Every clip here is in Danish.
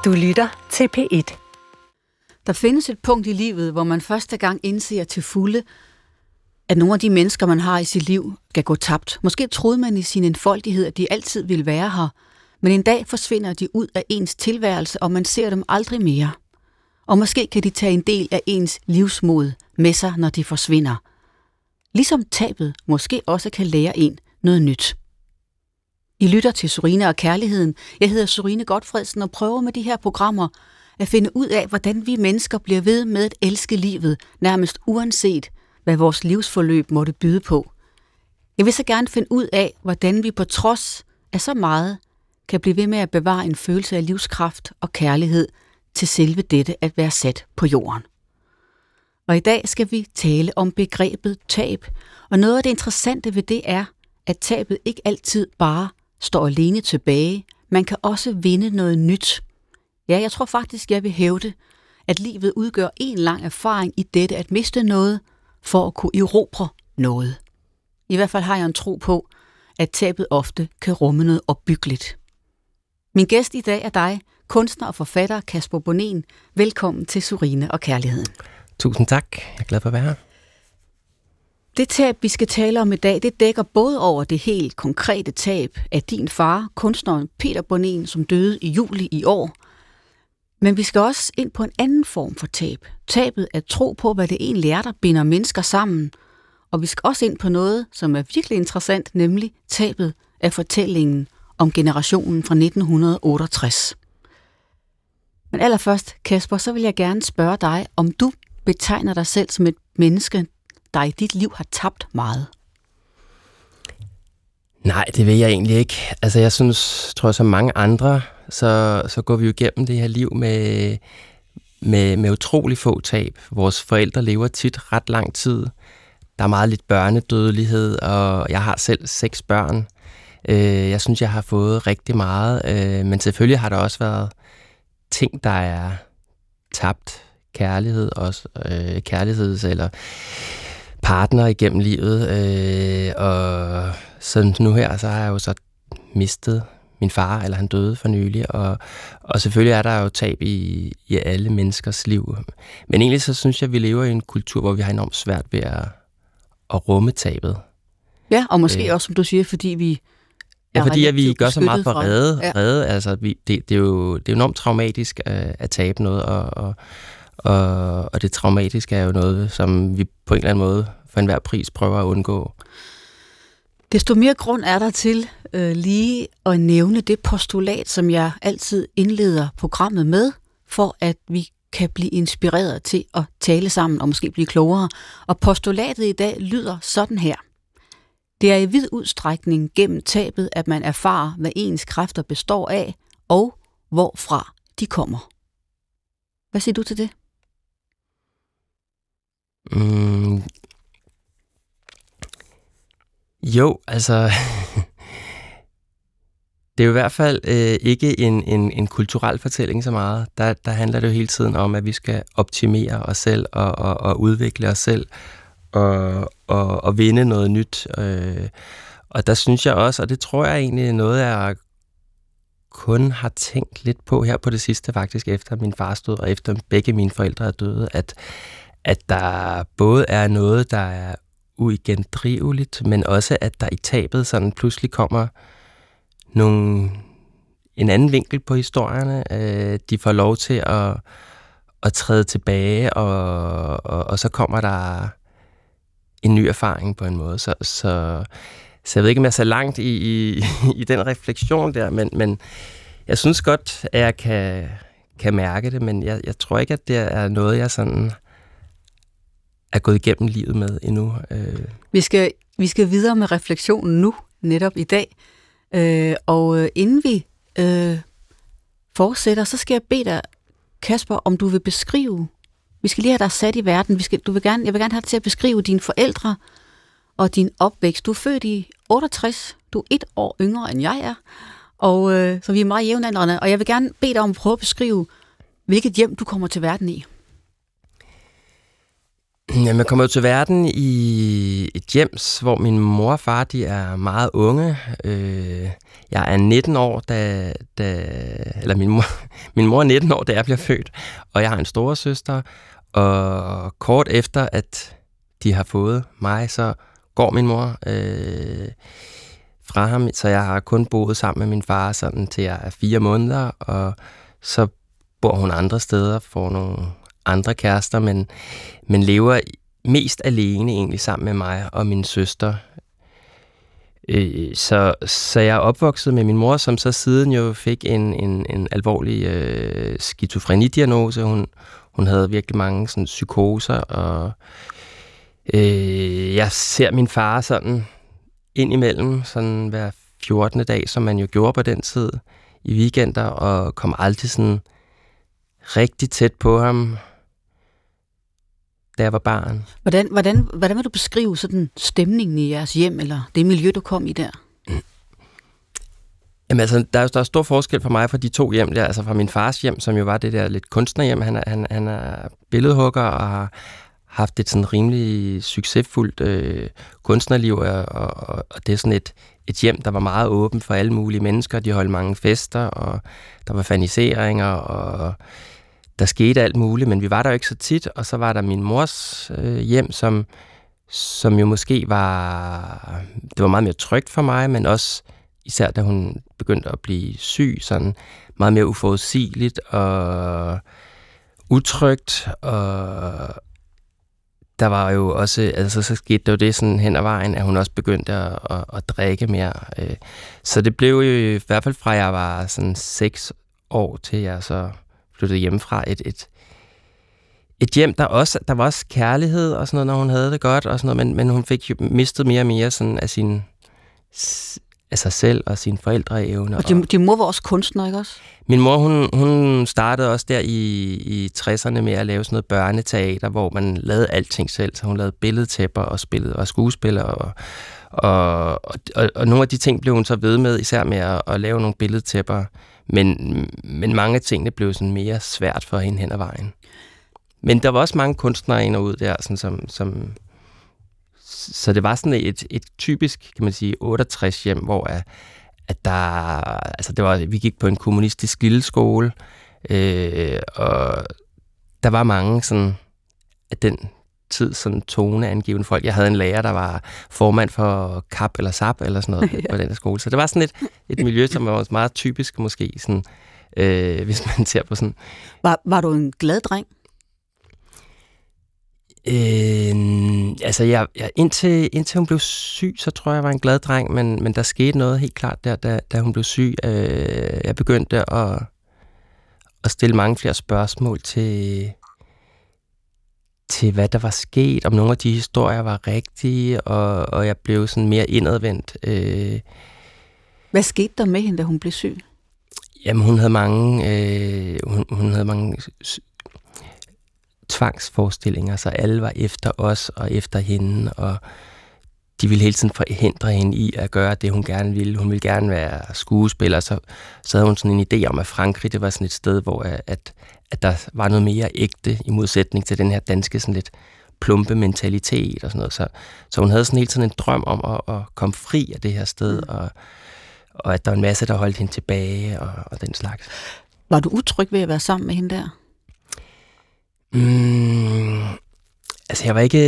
Du lytter til P1. Der findes et punkt i livet, hvor man første gang indser til fulde, at nogle af de mennesker, man har i sit liv, skal gå tabt. Måske troede man i sin enfoldighed, at de altid ville være her, men en dag forsvinder de ud af ens tilværelse, og man ser dem aldrig mere. Og måske kan de tage en del af ens livsmod med sig, når de forsvinder. Ligesom tabet måske også kan lære en noget nyt. I lytter til Sørine og Kærligheden. Jeg hedder Sørine Gotfredsen og prøver med de her programmer at finde ud af, hvordan vi mennesker bliver ved med at elske livet, nærmest uanset, hvad vores livsforløb måtte byde på. Jeg vil så gerne finde ud af, hvordan vi på trods af så meget kan blive ved med at bevare en følelse af livskraft og kærlighed til selve dette at være sat på jorden. Og i dag skal vi tale om begrebet tab, og noget af det interessante ved det er, at tabet ikke altid bare står alene tilbage. Man kan også vinde noget nyt. Ja, jeg tror faktisk, jeg vil hævde, at livet udgør en lang erfaring i dette at miste noget, for at kunne erobre noget. I hvert fald har jeg en tro på, at tabet ofte kan rumme noget opbyggeligt. Min gæst i dag er dig, kunstner og forfatter Kasper Bonén. Velkommen til Sørine og Kærligheden. Tusind tak. Jeg er glad for at være her. Det tab, vi skal tale om i dag, det dækker både over det helt konkrete tab af din far, kunstneren Peter Bonén, som døde i juli i år. Men vi skal også ind på en anden form for tab. Tabet at tro på, hvad det egentlig er, der binder mennesker sammen. Og vi skal også ind på noget, som er virkelig interessant, nemlig tabet af fortællingen om generationen fra 1968. Men allerførst, Kasper, så vil jeg gerne spørge dig, om du betegner dig selv som et menneske, der i dit liv har tabt meget? Nej, det vil jeg egentlig ikke. Altså jeg synes, tror jeg, som mange andre, så går vi jo igennem det her liv med utrolig få tab. Vores forældre lever tit ret lang tid. Der er meget lidt børnedødelighed, og jeg har selv 6 børn. Jeg synes, jeg har fået rigtig meget, men selvfølgelig har der også været ting, der er tabt. Kærlighed også, kærligheds- eller partner igennem livet, og så nu her, så har jeg jo så mistet min far, eller han døde for nylig, og selvfølgelig er der jo tab i alle menneskers liv. Men egentlig så synes jeg, at vi lever i en kultur, hvor vi har enormt svært ved at rumme tabet. Ja, og måske også, som du siger, fordi vi fordi at vi gør så meget for at ja. redde. Altså, det er jo enormt traumatisk at tabe noget, og det traumatiske er jo noget, som vi på en eller anden måde for enhver pris prøver at undgå. Desto mere grund er der til lige at nævne det postulat, som jeg altid indleder programmet med, for at vi kan blive inspireret til at tale sammen og måske blive klogere. Og postulatet i dag lyder sådan her. Det er i vid udstrækning gennem tabet, at man erfarer, hvad ens kræfter består af, og hvorfra de kommer. Hvad siger du til det? Jo, altså det er jo i hvert fald ikke en kulturel fortælling så meget. Der handler det jo hele tiden om, at vi skal optimere os selv og udvikle os selv og vinde noget nyt. Og der synes jeg også, og det tror jeg egentlig er noget, jeg kun har tænkt lidt på her på det sidste faktisk, efter min far døde og efter begge mine forældre er døde, at der både er noget, der er uigendriveligt, men også at der i tabet sådan pludselig kommer en anden vinkel på historierne. De får lov til at træde tilbage, og så kommer der en ny erfaring på en måde. Så jeg ved ikke, om jeg er så langt i den refleksion der, men jeg synes godt, at jeg kan mærke det, men jeg tror ikke, at det er noget, jeg sådan er gået igennem livet med endnu. Vi skal videre med refleksionen nu, netop i dag. Og inden vi fortsætter, så skal jeg bede dig, Kasper, om du vil beskrive. Vi skal lige have dig sat i verden. Jeg vil gerne have dig til at beskrive dine forældre og din opvækst. Du er født i 68. Du er 1 år yngre, end jeg er. Og så vi er meget jævnaldrende. Og jeg vil gerne bede dig om at prøve at beskrive, hvilket hjem du kommer til verden i. Jamen, jeg kommer jo til verden i et hjem, hvor min mor og far, de er meget unge. Jeg er 19 år, eller min mor er 19 år, da jeg bliver født, og jeg har en storesøster, og kort efter, at de har fået mig, så går min mor fra ham, så jeg har kun boet sammen med min far, sådan til jeg er 4 måneder, og så bor hun andre steder, får nogle andre kærester, men lever mest alene egentlig sammen med mig og min søster. Så jeg er opvokset med min mor, som så siden jo fik en alvorlig skizofrenidiagnose. Hun havde virkelig mange sådan, psykoser, og jeg ser min far sådan indimellem, sådan hver 14. dag, som man jo gjorde på den tid i weekender, og kom aldrig sådan rigtig tæt på ham, da jeg var barn. Hvordan vil du beskrive sådan stemningen i jeres hjem, eller det miljø, du kom i der? Jamen altså, der er stor forskel for mig fra de 2 hjem der, altså fra min fars hjem, som jo var det der lidt kunstnerhjem. Han er billedhugger og har haft et sådan rimelig succesfuldt kunstnerliv, og det er sådan et hjem, der var meget åbent for alle mulige mennesker. De holdt mange fester, og der var faniseringer, og der skete alt muligt, men vi var der jo ikke så tit, og så var der min mors hjem, som jo måske det var meget mere trygt for mig, men også især da hun begyndte at blive syg, sådan meget mere uforudsigeligt og utrygt, og der var jo også, altså så skete det jo det sådan hen ad vejen, at hun også begyndte at drikke mere. Så det blev jo i hvert fald fra jeg var sådan 6 år til jeg så flyttede hjemmefra et hjem, der var også kærlighed og sådan noget, når hun havde det godt og sådan noget, men hun fik jo mistet mere og mere sådan af sig selv og sine forældreevner. Og din mor var også kunstner, ikke også? Min mor, hun startede også der i 60'erne med at lave sådan noget børneteater, hvor man lavede alting selv. Så hun lavede billedtæpper og spillede og skuespiller, og nogle af de ting blev hun så ved med, især med at lave nogle billedtæpper. Men mange af tingene blev sådan mere svært for hende hen ad vejen. Men der var også mange kunstnere ind og ud der, sådan så det var sådan et typisk, kan man sige, 68 hjem, hvor at vi gik på en kommunistisk lille skole, og der var mange sådan af den tid sådan toneangivende folk. Jeg havde en lærer, der var formand for KAP eller SAP eller sådan noget på den skole. Så det var sådan et miljø, som var meget typisk måske, sådan, hvis man ser på sådan. Var du en glad dreng? Altså jeg indtil hun blev syg, så tror jeg var en glad dreng, men der skete noget helt klart der, da hun blev syg. Jeg begyndte at stille mange flere spørgsmål til hvad der var sket, om nogle af de historier var rigtige, og jeg blev sådan mere indadvendt. Hvad skete der med hende, da hun blev syg? Jamen hun havde mange tvangsforestillinger, så alle var efter os og efter hende, og de ville hele tiden forhindre hende i at gøre det, hun gerne ville. Hun ville gerne være skuespiller, så havde hun sådan en idé om, at Frankrig, det var sådan et sted, hvor at der var noget mere ægte i modsætning til den her danske sådan lidt plumpe mentalitet og sådan noget. Så hun havde sådan hele tiden en drøm om at komme fri af det her sted, og at der var en masse, der holdt hende tilbage og den slags. Var du utryg ved at være sammen med hende der? Altså jeg var ikke.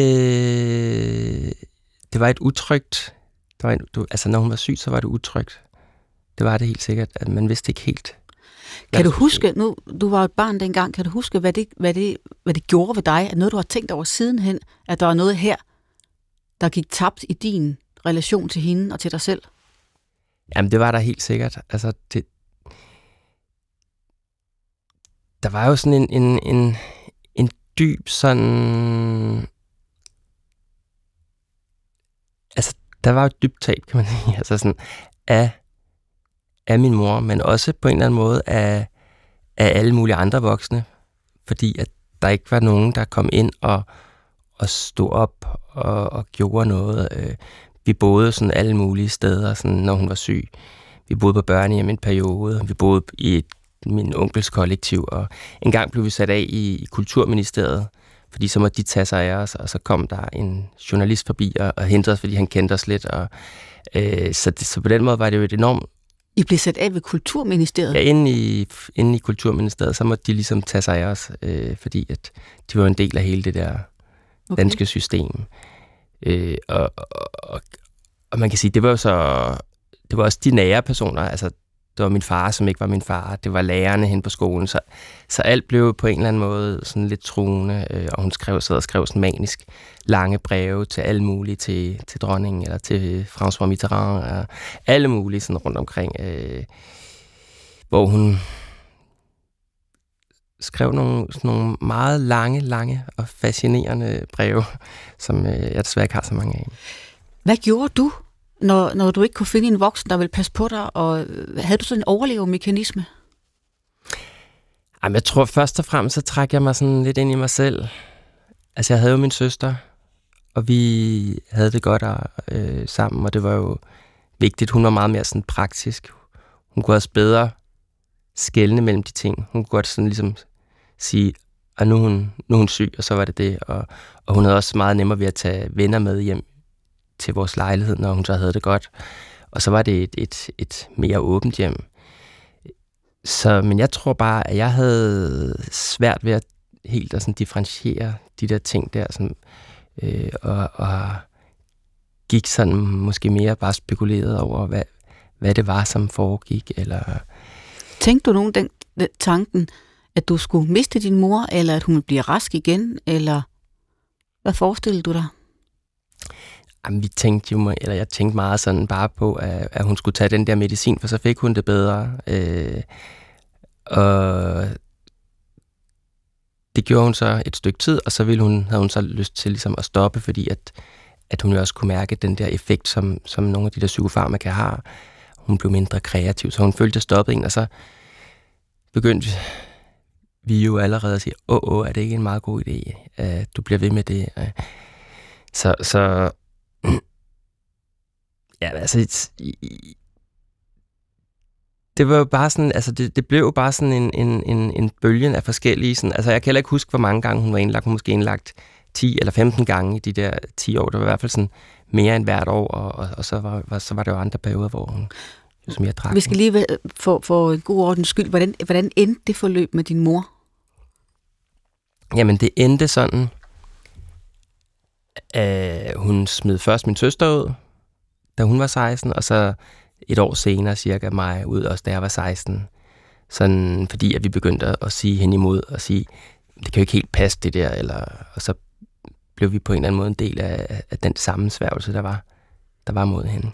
Det var et utrygt. Altså når hun var syg, så var det utrygt. Det var det helt sikkert, at man vidste ikke helt. Kan du huske, nu du var et barn dengang, kan du huske, hvad det gjorde ved dig, at noget du har tænkt over sidenhen, at der var noget her, der gik tabt i din relation til hende og til dig selv? Jamen det var der helt sikkert. Altså der var jo sådan en dyb sådan. Altså der var jo et dybt tab, kan man sige, altså sådan af min mor, men også på en eller anden måde af alle mulige andre voksne, fordi at der ikke var nogen, der kom ind og stod op og gjorde noget. Vi boede sådan alle mulige steder, sådan, når hun var syg. Vi boede på børnehjem en periode, vi boede i min onkels kollektiv, og en gang blev vi sat af i Kulturministeriet, fordi så må de tage sig af os, og så kom der en journalist forbi og hentede os, fordi han kendte os lidt. Og, så på den måde var det jo et enormt... I blev sat af ved Kulturministeriet? Ja, inde i Kulturministeriet, så måtte de ligesom tage sig af os, fordi at de var en del af hele det der danske system. Og man kan sige, det var også de nære personer, altså det var min far, som ikke var min far, det var lærerne hen på skolen, så alt blev på en eller anden måde sådan lidt truende, og hun skrev sådan manisk lange breve til alle mulige, til dronningen, eller til François Mitterrand, og alle mulige sådan rundt omkring, hvor hun skrev nogle meget lange og fascinerende breve, som jeg desværre ikke har så mange af. Hvad gjorde du, når du ikke kunne finde en voksen, der ville passe på dig, og havde du sådan en overlevemekanisme? Jamen, jeg tror først og fremmest, så trak jeg mig sådan lidt ind i mig selv. Altså, jeg havde jo min søster, og vi havde det godt sammen, og det var jo vigtigt. Hun var meget mere sådan praktisk. Hun kunne også bedre skelne mellem de ting. Hun kunne godt sådan ligesom sige, at nu er hun syg, og så var det det. Og hun havde også meget nemmere ved at tage venner med hjem til vores lejlighed, når hun så havde det godt. Og så var det et mere åbent hjem. Men jeg tror bare, at jeg havde svært ved at helt at sådan differentiere de der ting der, sådan, og gik sådan måske mere bare spekuleret over, hvad det var, som foregik. Eller... Tænkte du nogen den tanken, at du skulle miste din mor, eller at hun ville blive rask igen, eller hvad forestillede du dig? Jamen, jeg tænkte meget sådan bare på, at hun skulle tage den der medicin, for så fik hun det bedre. Og det gjorde hun så et stykke tid, og så havde hun så lyst til ligesom at stoppe, fordi at hun jo også kunne mærke den der effekt, som nogle af de der psykofarmaka har. Hun blev mindre kreativ, så hun følte, at stoppede en, og så begyndte vi jo allerede at sige, er det ikke en meget god idé, at du bliver ved med det? Så ja, altså det var jo bare sådan, altså det blev jo bare sådan en bølge af forskellige sådan, altså jeg kan heller ikke huske, hvor mange gange hun var indlagt. Hun måske indlagt 10 eller 15 gange i de der 10 år. Det var i hvert fald sådan mere end hvert år, og så var der jo andre perioder, hvor hun som jeg drak. Vi skal lige få en god ordens skyld. Hvordan endte det forløb med din mor? Jamen, det endte sådan, hun smed først min søster ud, da hun var 16, og så et år senere cirka mig ud, også da jeg var 16. Sådan, fordi at vi begyndte at sige hen imod, og sige, det kan jo ikke helt passe det der, og så blev vi på en eller anden måde en del af den sammensværgelse, der var mod hende.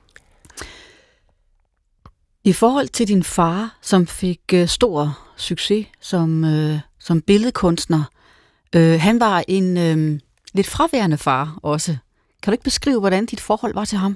I forhold til din far, som fik stor succes som billedkunstner, han var en lidt fraværende far også. Kan du ikke beskrive, hvordan dit forhold var til ham?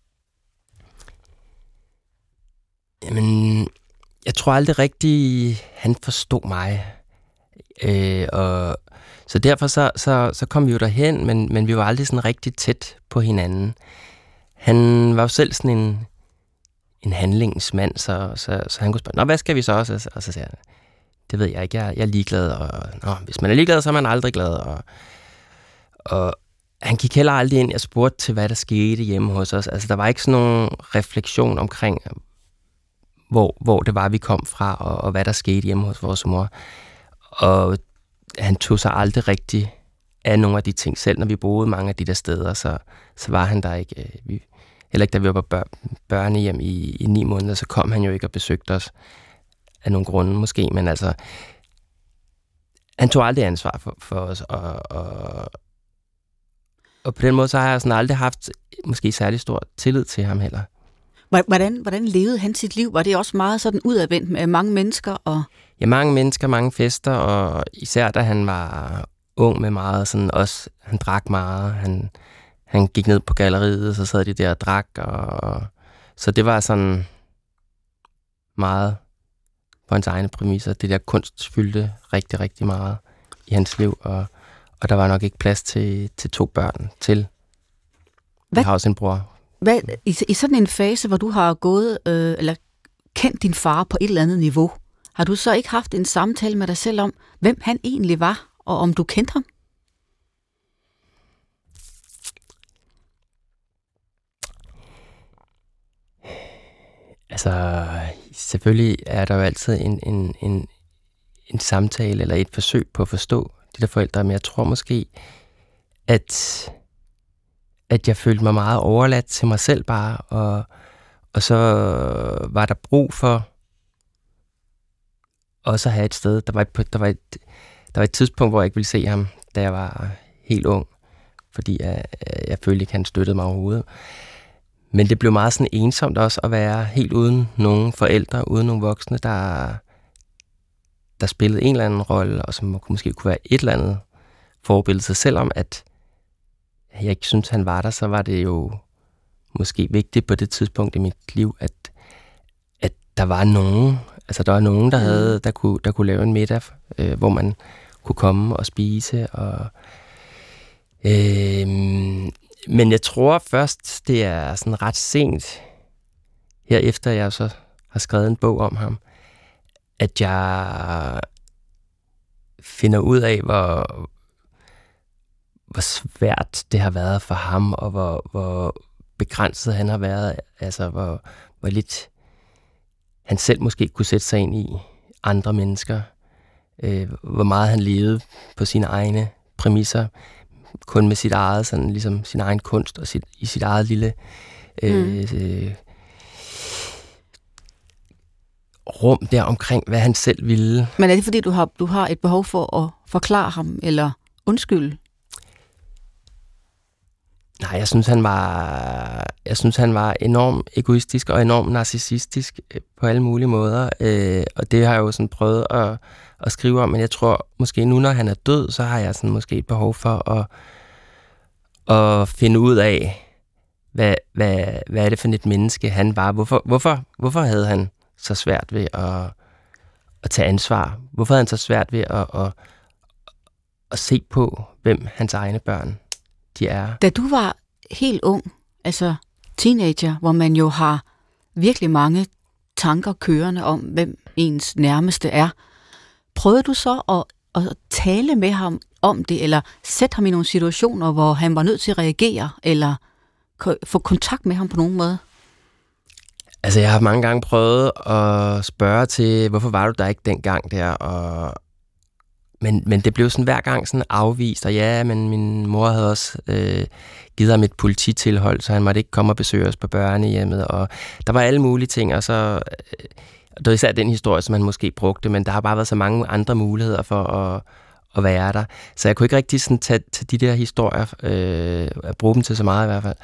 Jamen, jeg tror aldrig rigtigt, han forstod mig. Og så derfor så kom vi jo derhen, men vi var aldrig sådan rigtig tæt på hinanden. Han var jo selv sådan en handlingsmand, så han kunne spørge, hvad skal vi så også? Og så sagde jeg, det ved jeg ikke, jeg er ligeglad, og hvis man er ligeglad, så er man aldrig glad, og han gik heller aldrig ind og spurgte til, hvad der skete hjemme hos os. Altså, der var ikke sådan nogen refleksion omkring, hvor det var, vi kom fra, og hvad der skete hjemme hos vores mor. Og han tog sig aldrig rigtig af nogle af de ting. Selv når vi boede mange af de der steder, så var han der ikke. Heller ikke, da vi var på børnehjem i 9 måneder, så kom han jo ikke og besøgte os af nogle grunde måske, men altså, han tog aldrig ansvar for os, og på den måde, så har jeg sådan aldrig haft måske særlig stor tillid til ham heller. Hvordan levede han sit liv? Var det også meget sådan udadvendt med mange mennesker? Ja, mange mennesker, mange fester, og især da han var ung med meget, sådan også, han drak meget, han gik ned på galleriet, så sad de der og drak, og så det var sådan meget på hans egne præmisser. Det der kunst fyldte rigtig, rigtig meget i hans liv, og der var nok ikke plads til 2 børn til. Jeg har også en bror. I sådan en fase, hvor du har gået, eller kendt din far på et eller andet niveau, har du så ikke haft en samtale med dig selv om, hvem han egentlig var, og om du kendte ham? Altså, selvfølgelig er der jo altid en samtale eller et forsøg på at forstå de der forældre, men jeg tror måske, at jeg følte mig meget overladt til mig selv bare, og så var der brug for også at have et sted. Der var et tidspunkt, hvor jeg ikke ville se ham, da jeg var helt ung, fordi jeg følte ikke, han støttede mig overhovedet. Men det blev meget sådan ensomt også at være helt uden nogen forældre, uden nogen voksne, der spillede en eller anden rolle, og som måske kunne være et eller andet forbillede. Så selvom at jeg ikke synes han var der, så var det jo måske vigtigt på det tidspunkt i mit liv, at der var nogen, altså der var nogen, der kunne lave en middag, hvor man kunne komme og spise. Men jeg tror først, det er sådan ret sent, herefter jeg så har skrevet en bog om ham, at jeg finder ud af, hvor svært det har været for ham, og hvor begrænset han har været, altså hvor lidt han selv måske kunne sætte sig ind i andre mennesker, hvor meget han levede på sine egne præmisser, kun med sit eget, sådan ligesom sin egen kunst, og i sit eget lille rum der omkring, hvad han selv ville. Men er det fordi, du har et behov for at forklare ham, eller undskylde? Nej, jeg synes, han var enormt egoistisk og enormt narcissistisk på alle mulige måder. Og det har jeg jo sådan prøvet at skrive om, men jeg tror måske nu, når han er død, så har jeg sådan måske et behov for at finde ud af, hvad er det for et menneske, han var. Hvorfor havde han så svært ved at tage ansvar? Hvorfor havde han så svært ved at se på, hvem hans egne børn de er? Da du var helt ung, altså teenager, hvor man jo har virkelig mange tanker kørende om, hvem ens nærmeste er, prøvede du så at tale med ham om det, eller sætte ham i nogle situationer, hvor han var nødt til at reagere, eller få kontakt med ham på nogen måde? Altså, jeg har mange gange prøvet at spørge til, hvorfor var du der ikke dengang der, men det blev sådan hver gang sådan afvist, og ja, men min mor havde også givet ham et polititilhold, så han måtte ikke komme og besøge os på børnehjemmet, og der var alle mulige ting, og så det var især den historie, som han måske brugte, men der har bare været så mange andre muligheder for at være der, så jeg kunne ikke rigtig sådan tage de der historier, at bruge dem til så meget i hvert fald.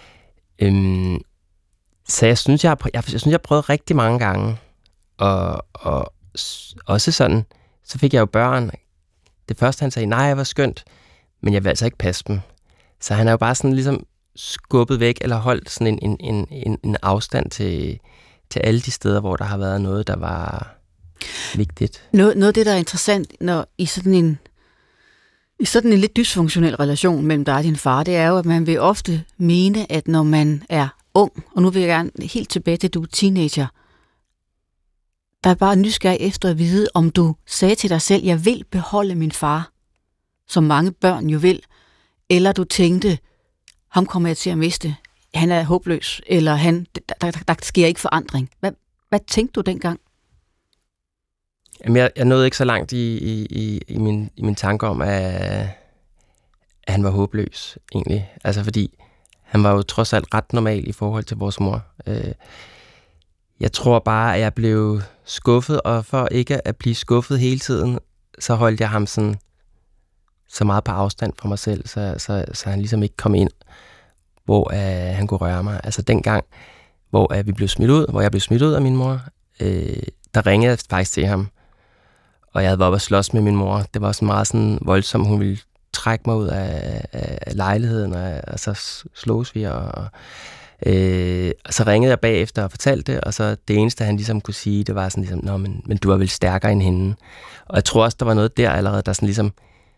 Så jeg synes, jeg prøvede rigtig mange gange, og også sådan, så fik jeg jo børn. Det første, han sagde, nej, jeg var skønt, men jeg vil altså ikke passe dem. Så han er jo bare sådan ligesom skubbet væk, eller holdt sådan en afstand til alle de steder, hvor der har været noget, der var vigtigt. Noget af det, der er interessant, når i sådan en lidt dysfunktionel relation mellem dig og din far, det er jo, at man vil ofte mene, at når man er ung, og nu vil jeg gerne helt tilbage til, du er teenager, der er bare nysgerrig efter at vide, om du sagde til dig selv, jeg vil beholde min far, som mange børn jo vil, eller du tænkte, ham kommer jeg til at miste, han er håbløs, eller der sker ikke forandring. Hvad tænkte du dengang? Jamen, jeg nåede ikke så langt i min tanker om, at han var håbløs, egentlig. Altså, fordi han var jo trods alt ret normal i forhold til vores mor. Jeg tror bare, at jeg blev skuffet, og for ikke at blive skuffet hele tiden, så holdt jeg ham sådan så meget på afstand fra mig selv, så han ligesom ikke kom ind, hvor han kunne røre mig. Altså dengang, hvor jeg blev smidt ud af min mor, der ringede jeg faktisk til ham, og jeg havde været oppe at slås med min mor. Det var sådan meget sådan voldsomt, hun ville trække mig ud af lejligheden, og så slås vi, og så ringede jeg bagefter og fortalte det, og så det eneste, han ligesom kunne sige, det var sådan ligesom, nå, men du er vel stærkere end hende. Og jeg tror også, der var noget der allerede, der sådan ligesom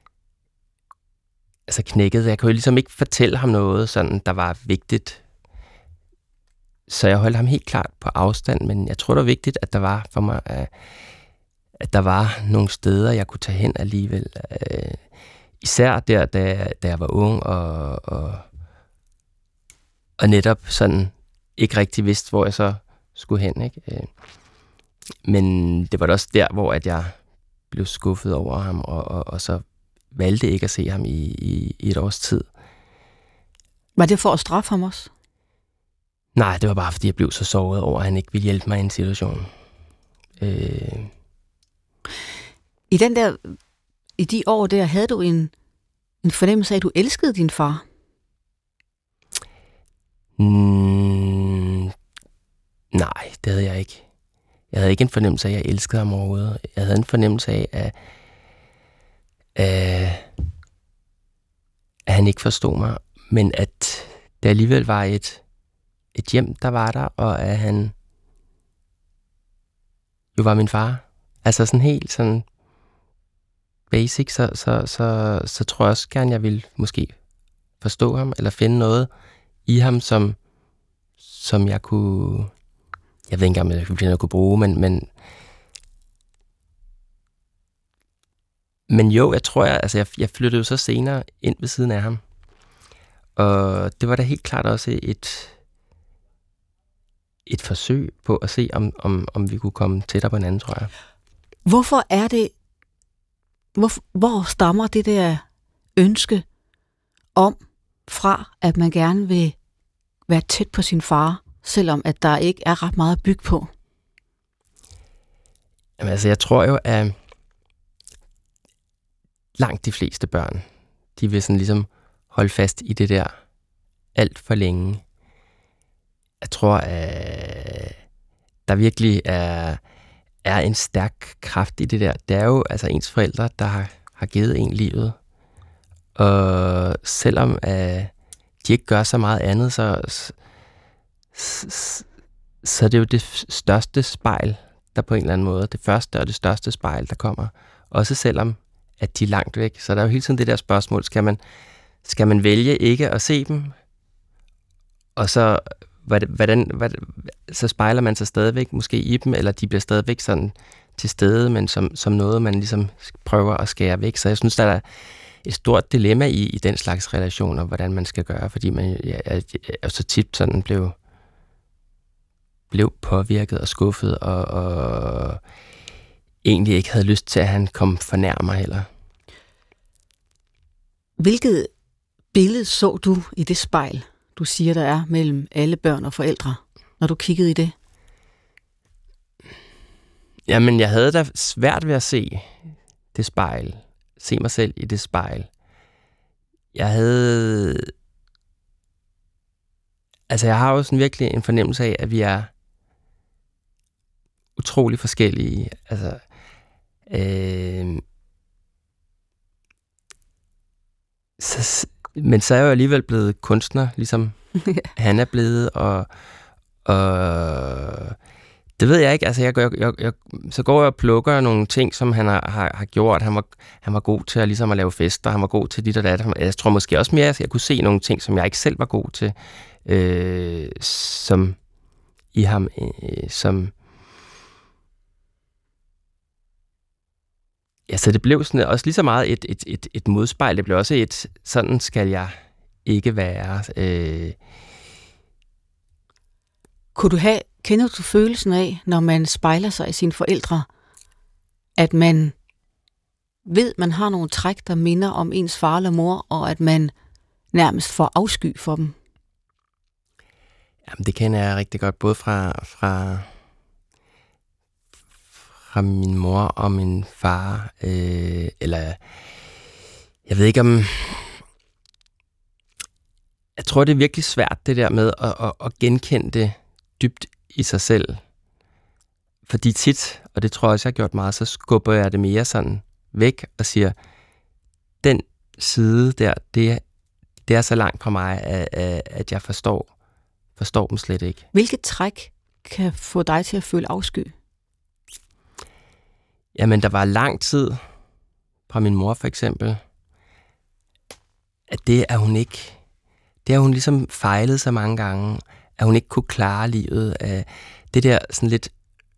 altså knækkede. Jeg kunne jo ligesom ikke fortælle ham noget, sådan, der var vigtigt. Så jeg holdt ham helt klart på afstand, men jeg tror, det var vigtigt, at der var for mig, at der var nogle steder, jeg kunne tage hen alligevel. Især der, da jeg var ung, og netop sådan ikke rigtig vidste, hvor jeg så skulle hen, ikke? Men det var da også der, hvor at jeg blev skuffet over ham, og så valgte ikke at se ham i et års tid. Var det for at straffe ham også? Nej, det var bare, fordi jeg blev så såret over, at han ikke ville hjælpe mig i en situation. I de år der, havde du en fornemmelse af, at du elskede din far? Nej, det havde jeg ikke. Jeg havde ikke en fornemmelse af, at jeg elskede ham overhovedet. Jeg havde en fornemmelse af, at han ikke forstod mig, men at det alligevel var et hjem, der var der, og at han jo var min far. Altså sådan helt sådan basic, så tror jeg også gerne, jeg ville måske forstå ham, eller finde noget i ham, som jeg kunne... Jeg ved ikke engang, om jeg kunne bruge, men jo, jeg tror, jeg flyttede jo så senere ind ved siden af ham. Og det var da helt klart også et forsøg på at se, om vi kunne komme tættere på hinanden, tror jeg. Hvorfor er det... Hvor stammer det der ønske fra, at man gerne vil være tæt på sin far, selvom at der ikke er ret meget at bygge på? Jamen, jeg tror jo, at langt de fleste børn, de vil sådan ligesom holde fast i det der alt for længe. Jeg tror, at der virkelig er en stærk kraft i det der. Det er jo altså ens forældre, der har givet en livet. Og selvom de ikke gør så meget andet, så er det jo det største spejl, der på en eller anden måde, det første og det største spejl, der kommer. Også selvom, at de er langt væk. Så der er jo hele tiden det der spørgsmål, skal man vælge ikke at se dem? Og så, så spejler man sig stadigvæk måske i dem, eller de bliver stadigvæk sådan til stede, men som noget, man ligesom prøver at skære væk. Så jeg synes, der er et stort dilemma i den slags relationer, hvordan man skal gøre, fordi man så tit sådan blev påvirket og skuffet, og egentlig ikke havde lyst til, at han kom for nær mig heller. Hvilket billede så du i det spejl, du siger, der er mellem alle børn og forældre, når du kiggede i det? Jamen, jeg havde da svært ved at se det spejl. Se mig selv i det spejl. Jeg har jo sådan virkelig en fornemmelse af, at vi er utrolig forskellige. Altså, men så er jeg jo alligevel blevet kunstner, ligesom han er blevet, og det ved jeg ikke. Altså, så går jeg og plukker nogle ting, som han har gjort. Han var god til at lave fester, han var god til dit og dat. Jeg tror måske også mere, at jeg kunne se nogle ting, som jeg ikke selv var god til, som i ham, som... Ja, så det blev sådan også lige så meget et modspejl. Det blev også sådan skal jeg ikke være. Kender du følelsen af, når man spejler sig i sine forældre, at man ved, man har nogle træk, der minder om ens far eller mor, og at man nærmest får afsky for dem? Jamen, det kender jeg rigtig godt, både fra min mor og min far, eller jeg ved ikke om... Jeg tror, det er virkelig svært, det der med at genkende det dybt i sig selv. Fordi tit, og det tror jeg også, jeg har gjort meget, så skubber jeg det mere sådan væk og siger, den side der, det er så langt fra mig, at jeg forstår dem slet ikke. Hvilket træk kan få dig til at føle afsky? Jamen, der var lang tid fra min mor for eksempel, at det har hun ligesom fejlet så mange gange, at hun ikke kunne klare livet. Det der sådan lidt,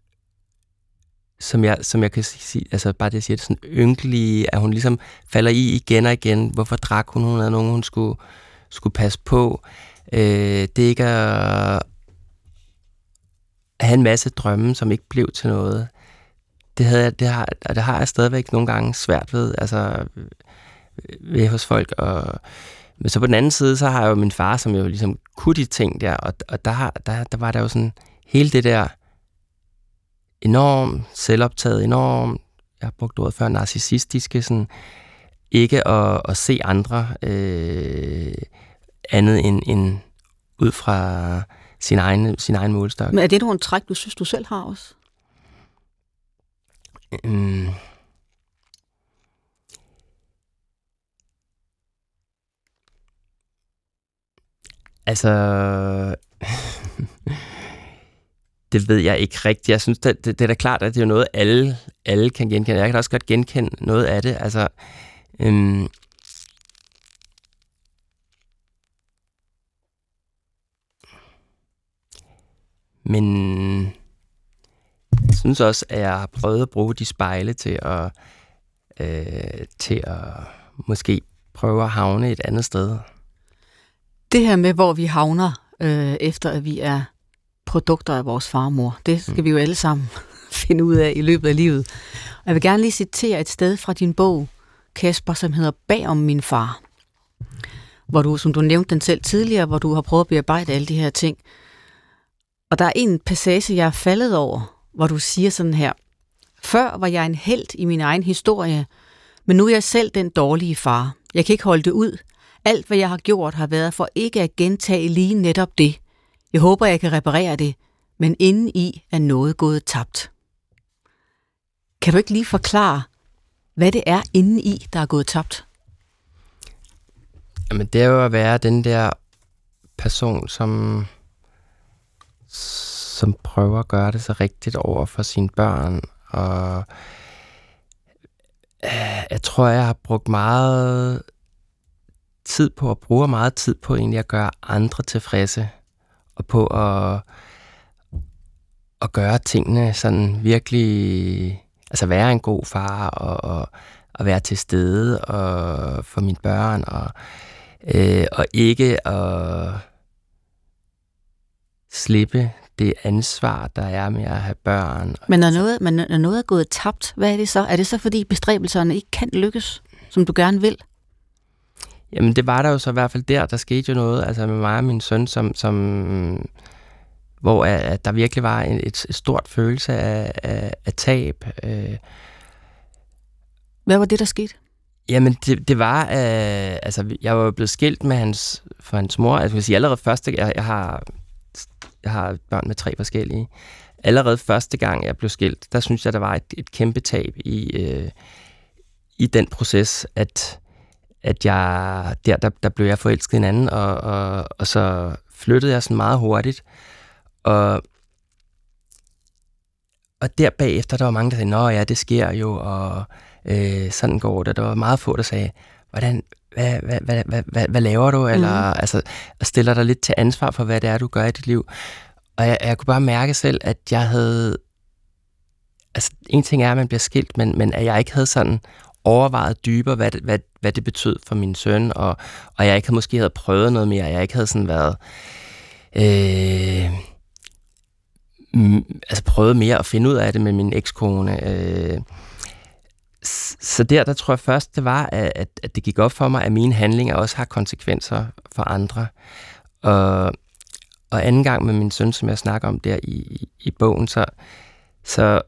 som jeg kan sige, altså bare det, jeg siger, det sådan ynkelige, at hun ligesom falder i igen og igen. Hvorfor drak hun? Hun havde nogen, hun skulle passe på. Det ikke er... have en masse drømme, som ikke blev til noget. Det har jeg stadigvæk nogle gange svært ved, altså ved hos folk. Men så på den anden side, så har jeg jo min far, som jo ligesom kunne de ting der, og der var der jo sådan hele det der enormt selvoptaget, enormt, jeg har brugt ordet før, narcissistiske, sådan ikke at se andre andet end ud fra sin egen målestok. Men er det nogle træk, du synes, du selv har også? Altså, det ved jeg ikke rigtigt. Jeg synes, det er da klart, at det er noget, alle kan genkende. Jeg kan også godt genkende noget af det. Altså, men jeg synes også, at jeg har prøvet at bruge de spejle til at måske prøve at havne et andet sted. Det her med, hvor vi havner, efter at vi er produkter af vores far og mor, det skal vi jo alle sammen finde ud af i løbet af livet. Og jeg vil gerne lige citere et sted fra din bog, Kasper, som hedder Bag om min far. Hvor du, som du nævnte den selv tidligere, hvor du har prøvet at bearbejde alle de her ting. Og der er en passage, jeg er faldet over, hvor du siger sådan her: Før var jeg en helt i min egen historie, men nu er jeg selv den dårlige far. Jeg kan ikke holde det ud. Alt, hvad jeg har gjort, har været for ikke at gentage lige netop det. Jeg håber, jeg kan reparere det, men indeni er noget gået tabt. Kan du ikke lige forklare, hvad det er indeni, der er gået tabt? Jamen, det er jo at være den der person, som prøver at gøre det så rigtigt over for sine børn. Og jeg tror, jeg har brugt meget tid på, og bruger meget tid på egentlig at gøre andre tilfredse, og på at gøre tingene sådan virkelig, altså være en god far, og være til stede og for mine børn, og ikke at slippe det ansvar, der er med at have børn. Men når noget er gået tabt, hvad er det så? Er det så, fordi bestræbelserne ikke kan lykkes, som du gerne vil? Jamen, det var der jo så i hvert fald der skete jo noget, altså med mig og min søn, hvor at der virkelig var et stort følelse af tab. Hvad var det, der skete? Jamen, det var, altså jeg var jo blevet skilt med hans mor, altså jeg vil sige allerede første, jeg har børn med 3 forskellige. Allerede første gang, jeg blev skilt, der synes jeg, der var et kæmpe tab i den proces, at jeg, der blev jeg forelsket hinanden, og så flyttede jeg sådan meget hurtigt. Og der bagefter, der var mange, der sagde, nå ja, det sker jo, og sådan går det. Der var meget få, der sagde, hvad laver du? Eller altså, stiller dig lidt til ansvar for, hvad det er, du gør i dit liv. Og jeg kunne bare mærke selv, at jeg havde, altså en ting er, at man bliver skilt, men at jeg ikke havde sådan overvejet dybere, hvad det betød for min søn, og jeg ikke måske havde prøvet noget mere, jeg ikke havde sådan været altså prøvet mere at finde ud af det med min ekskone. Så der tror jeg først, det var, at det gik op for mig, at mine handlinger også har konsekvenser for andre. Og anden gang med min søn, som jeg snakker om der i bogen, så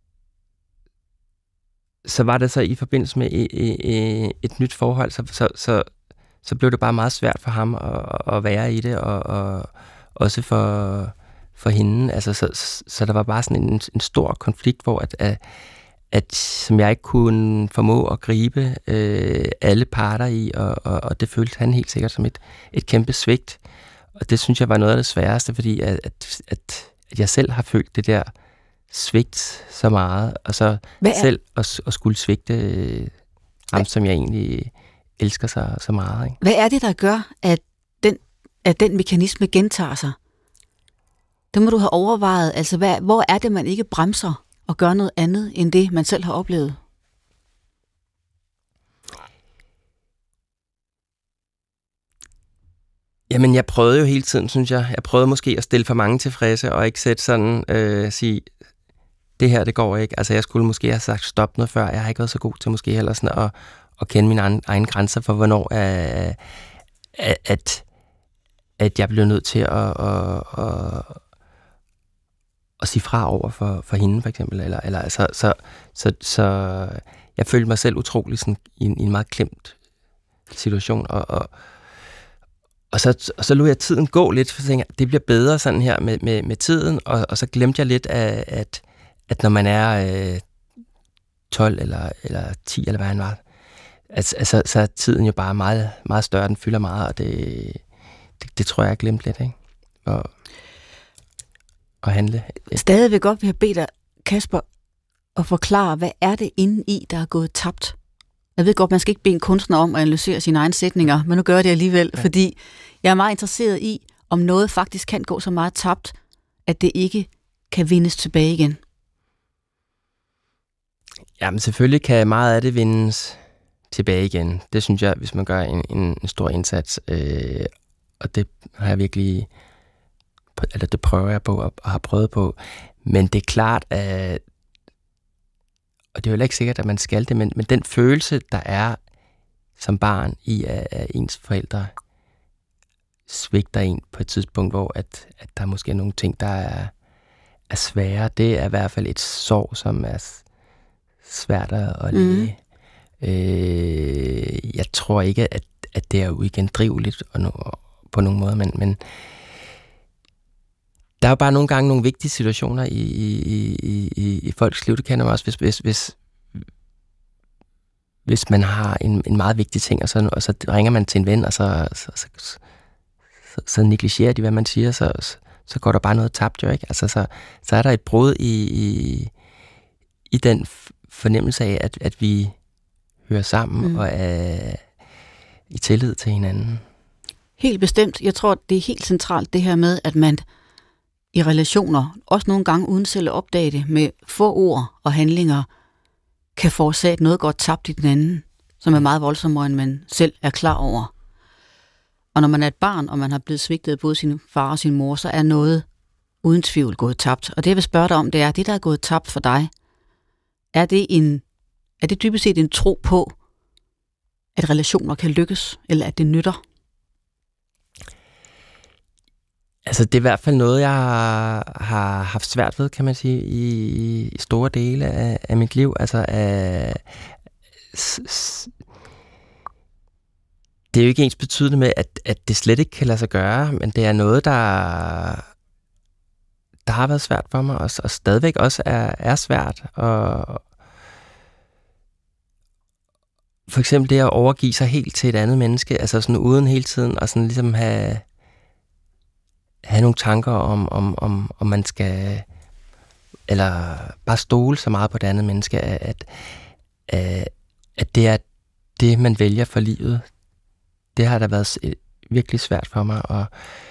var det så i forbindelse med et nyt forhold, så blev det bare meget svært for ham at være i det, og også for hende. Altså, så der var bare sådan en stor konflikt, hvor at som jeg ikke kunne formå at gribe alle parter i, og det følte han helt sikkert som et kæmpe svigt. Og det synes jeg var noget af det sværeste, fordi at jeg selv har følt det der svigt så meget, og så selv at skulle svigte ham, som jeg egentlig elsker så meget. Ikke? Hvad er det, der gør, at den mekanisme gentager sig? Det må du have overvejet. Altså, hvor er det, man ikke bremser og gør noget andet, end det, man selv har oplevet? Jamen, jeg prøvede jo hele tiden, synes jeg. Jeg prøvede måske at stille for mange tilfredse, og ikke sætte sådan, sige, det her, det går ikke. Altså, jeg skulle måske have sagt stop noget før. Jeg har ikke været så god til måske heller sådan at kende mine egne grænser for, hvornår at jeg blev nødt til at sige fra over for hende, for eksempel. Eller så jeg følte mig selv utrolig sådan, i en meget klemt situation, og så lod jeg tiden gå lidt, for jeg tænkte, det bliver bedre sådan her med tiden, og så glemte jeg lidt, at når man er 12 eller 10, eller hvad han var, så er tiden jo bare meget, meget større, den fylder meget, og det tror jeg glemte lidt, ikke? Og handle. Stadig vil godt vil have bedt dig, Kasper, at forklare, hvad er det inde i, der er gået tabt? Jeg ved godt, man skal ikke bede en kunstner om at analysere sine egne sætninger, men nu gør jeg det alligevel, fordi jeg er meget interesseret i, om noget faktisk kan gå så meget tabt, at det ikke kan vindes tilbage igen. Jamen selvfølgelig kan meget af det vindes tilbage igen. Det synes jeg, hvis man gør en stor indsats. Og det har jeg virkelig, eller det prøver jeg på og har prøvet på. Men det er klart, at, og det er jo ikke sikkert, at man skal det, men den følelse, der er som barn i, at ens forældre svigter en på et tidspunkt, hvor at der måske er nogle ting, der er svære. Det er i hvert fald et sorg, som er svært at læge. Jeg tror ikke, at det er uigendriveligt på nogen måde, men der er jo bare nogle gange nogle vigtige situationer i folks liv. Det kender man også, hvis man har en meget vigtig ting, og så ringer man til en ven, og så negligerer de, hvad man siger, så går der bare noget tabt, jo ikke? Altså, så er der et brud i den fornemmelse af, at vi hører sammen og er i tillid til hinanden. Helt bestemt. Jeg tror, det er helt centralt det her med, at man i relationer, også nogle gange uden selv at opdage det, med få ord og handlinger, kan forårsage, at noget går tabt i den anden, som er meget voldsommere, end man selv er klar over. Og når man er et barn, og man har blevet svigtet af både sin far og sin mor, så er noget uden tvivl gået tabt. Og det, jeg vil spørge dig om, det er, det, der er gået tabt for dig, er det dybest set en tro på, at relationer kan lykkes, eller at det nytter? Altså, det er i hvert fald noget, jeg har haft svært ved, kan man sige, i store dele af mit liv. Altså, det er jo ikke ens betydende med, at det slet ikke kan lade sig gøre, men det er noget, der har været svært for mig, og stadigvæk også er svært. Og for eksempel det at overgive sig helt til et andet menneske, altså sådan uden hele tiden at sådan ligesom have nogle tanker om man skal, eller bare stole så meget på det andet menneske, at det er det, man vælger for livet. Det har da været virkelig svært for mig. Og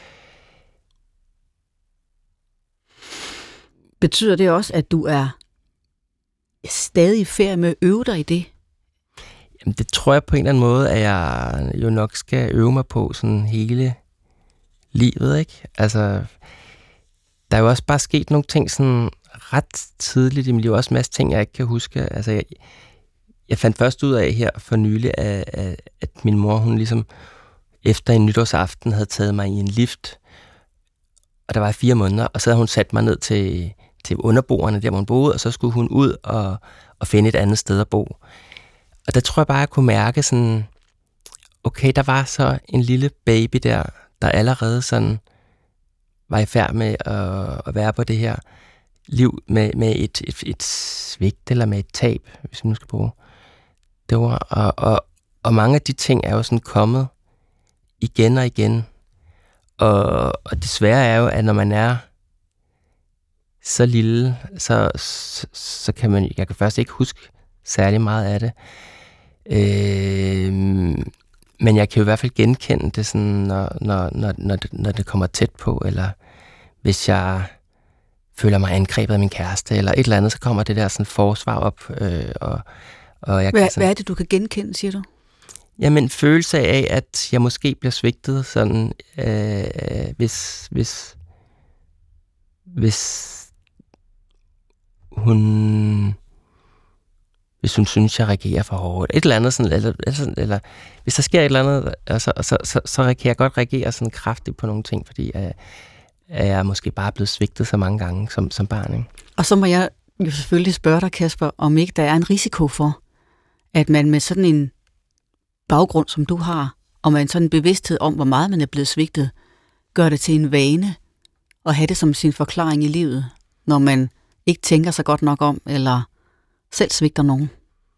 betyder det også, at du er stadig i færd med at øve dig i det? Jamen, det tror jeg på en eller anden måde, at jeg jo nok skal øve mig på sådan hele livet, ikke? Altså, der er jo også bare sket nogle ting sådan ret tidligt i mit liv, også en masse ting, jeg ikke kan huske. Altså, jeg fandt først ud af her for nylig, at min mor, hun ligesom efter en nytårsaften havde taget mig i en lift, og der var 4 måneder, og så havde hun sat mig ned til underboerne, der hvor hun boede, og så skulle hun ud og finde et andet sted at bo. Og der tror jeg bare, jeg kunne mærke sådan, okay, der var så en lille baby der allerede sådan var i færd med at være på det her liv med et svigt eller med et tab, hvis vi nu skal bruge det ord. Og mange af de ting er jo sådan kommet igen og igen. Og det svære er jo, at når man er så lille, så kan jeg kan først ikke huske særlig meget af det. Men jeg kan jo i hvert fald genkende det, sådan, når det kommer tæt på, eller hvis jeg føler mig angrebet af min kæreste, eller et eller andet, så kommer det der sådan forsvar op. Og jeg hvad er det, du kan genkende, siger du? Jamen, følelse af, at jeg måske bliver svigtet, sådan, hvis hun synes, jeg reagerer for hårdt. Et eller andet sådan, eller hvis der sker et eller andet, så kan jeg godt reagere sådan kraftigt på nogle ting, fordi jeg er måske bare blevet svigtet så mange gange som barn. Ikke? Og så må jeg jo selvfølgelig spørge dig, Kasper, om ikke der er en risiko for, at man med sådan en baggrund, som du har, og med en sådan bevidsthed om, hvor meget man er blevet svigtet, gør det til en vane at have det som sin forklaring i livet, når man ikke tænker sig godt nok om, eller selv svigter nogen.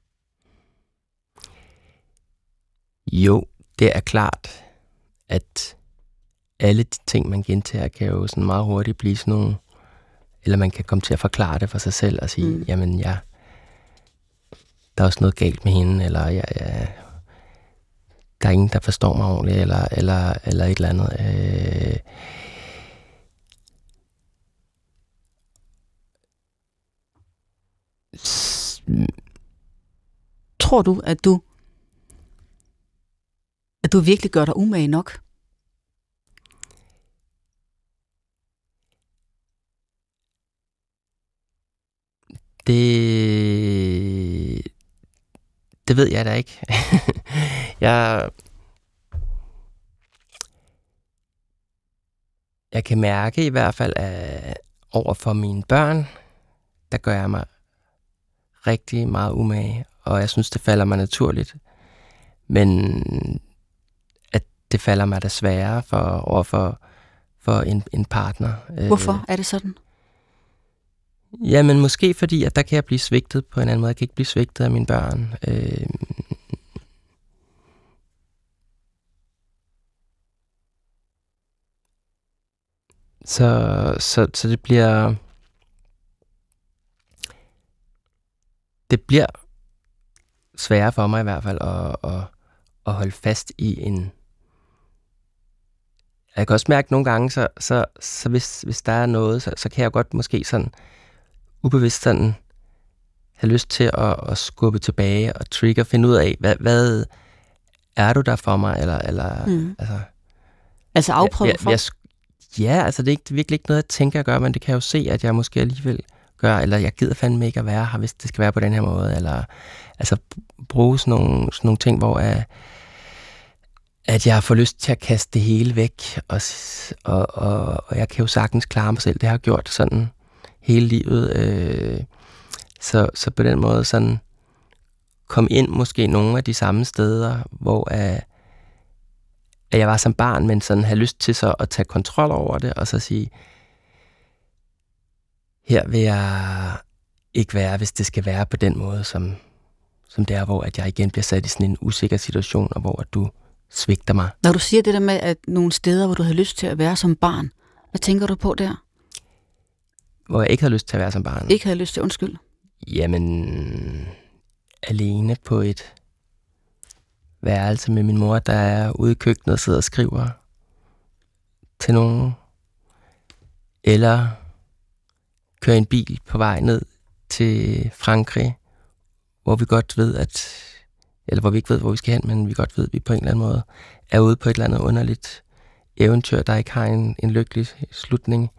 Jo, det er klart, at alle de ting, man gentager, kan jo sådan meget hurtigt blive sådan nogle, eller man kan komme til at forklare det for sig selv og sige, jamen der er også noget galt med hende, eller der er ingen, der forstår mig ordentligt, eller et eller andet. Tror du, at du virkelig gør dig umage nok? Det ved jeg da ikke. Jeg kan mærke i hvert fald, at over for mine børn, der gør jeg mig rigtig meget umage, og jeg synes, det falder mig naturligt. Men at det falder mig da sværere for en partner. Hvorfor er det sådan? Jamen måske fordi, at der kan jeg blive svigtet på en anden måde. Jeg kan ikke blive svigtet af mine børn. Så det bliver sværere for mig i hvert fald at holde fast i en. Jeg kan også mærke nogle gange, så hvis der er noget, så kan jeg godt måske sådan ubevidst sådan have lyst til at skubbe tilbage og trigger, finde ud af, hvad er du der for mig, eller altså afprøve for? Ja, altså det er virkelig ikke noget, jeg tænker at gøre, men det kan jeg jo se, at jeg måske alligevel gør, eller jeg gider fandme ikke at være her, hvis det skal være på den her måde, eller altså bruge sådan nogle ting, hvor at jeg får lyst til at kaste det hele væk, og jeg kan jo sagtens klare mig selv. Det har jeg gjort sådan hele livet. Så på den måde sådan kom ind måske nogle af de samme steder, hvor at jeg var som barn, men sådan havde lyst til så at tage kontrol over det, og så sige, her vil jeg ikke være, hvis det skal være på den måde, som det er, hvor at jeg igen bliver sat i sådan en usikker situation, og hvor at du svigter mig. Når du siger det der med, at nogle steder, hvor du havde lyst til at være som barn, hvad tænker du på der? Hvor jeg ikke havde lyst til at være som barn. Ikke havde lyst til, undskyld. Jamen, alene på et værelse med min mor, der er ude i køkkenet og sidder og skriver til nogen. Eller køre en bil på vej ned til Frankrig, hvor vi godt ved, eller hvor vi ikke ved, hvor vi skal hen, men vi godt ved, at vi på en eller anden måde er ude på et eller andet underligt eventyr, der ikke har en lykkelig slutning.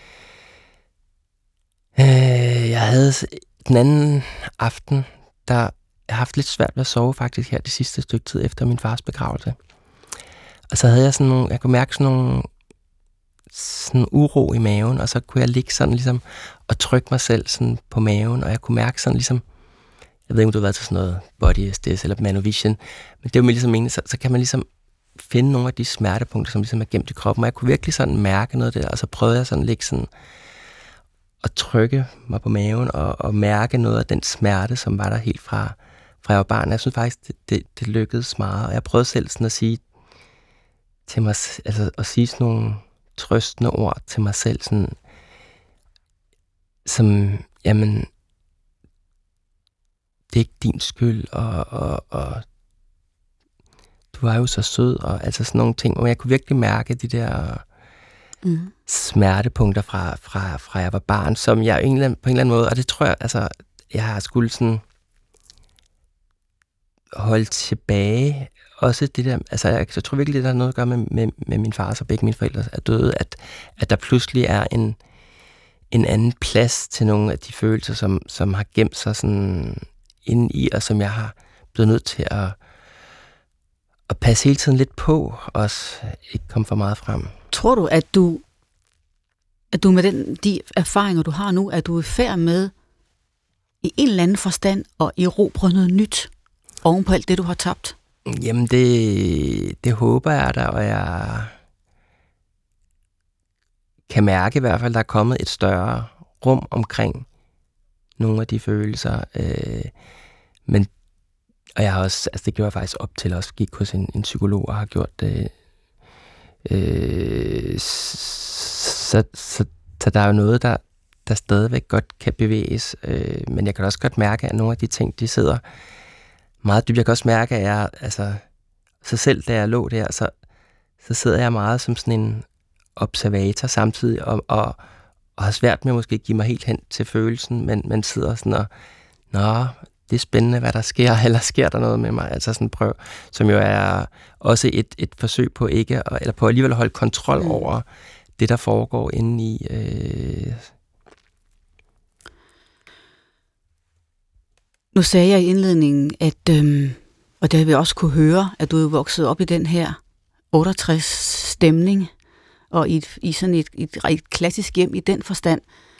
Jeg havde den anden aften, der jeg har haft lidt svært ved at sove faktisk her det sidste stykke tid efter min fars begravelse. Og så havde jeg jeg kunne mærke sådan uro i maven, og så kunne jeg ligge sådan ligesom og trykke mig selv sådan på maven, og jeg kunne mærke sådan ligesom, jeg ved ikke, om du har været til sådan noget body SDS eller Manovision, men det er jo ligesom egentlig, så kan man ligesom finde nogle af de smertepunkter, som ligesom er gemt i kroppen, og jeg kunne virkelig sådan mærke noget af det, og så prøvede jeg sådan ligge sådan at trykke mig på maven og mærke noget af den smerte, som var der helt fra jeg var barn. Jeg synes faktisk, det lykkedes meget, og jeg prøvede selv sådan at sige til mig, altså at sige sådan nogle trøstende ord til mig selv, sådan, som, jamen, det er ikke din skyld, og du er jo så sød, og altså sådan nogle ting, hvor jeg kunne virkelig mærke de der smertepunkter fra jeg var barn, som jeg på en eller anden måde, og det tror jeg, altså, jeg har skulle sådan holde tilbage. Også det der, altså jeg tror virkelig, det der har noget at gøre med min far, så begge mine forældre er døde, at der pludselig er en anden plads til nogle af de følelser, som har gemt sig sådan inde i, og som jeg har blevet nødt til at passe hele tiden lidt på, også ikke komme for meget frem. Tror du, at du med de erfaringer, du har nu, er du i færd med i en eller anden forstand at erobre noget nyt oven på alt det, du har tabt? Jamen, det håber jeg da, og jeg kan mærke i hvert fald, at der er kommet et større rum omkring nogle af de følelser. Og jeg har også, altså det gjorde jeg faktisk op til, også gik hos en psykolog og har gjort det. Så der er jo noget, der stadigvæk godt kan bevæges, men jeg kan også godt mærke, at nogle af de ting, de sidder meget dybt. Jeg kan også mærke, at jeg, altså, så selv da jeg lå der, så sidder jeg meget som sådan en observator samtidig, og har svært med måske at give mig helt hen til følelsen, men sidder sådan og, nå, det er spændende, hvad der sker, eller sker der noget med mig, altså sådan prøv, som jo er også et forsøg på ikke, eller på alligevel at holde kontrol over det, der foregår inde i. Nu sagde jeg i indledningen, at, og det har vi også kunne høre, at du er vokset op i den her 68-stemning, og i sådan et klassisk hjem i den forstand.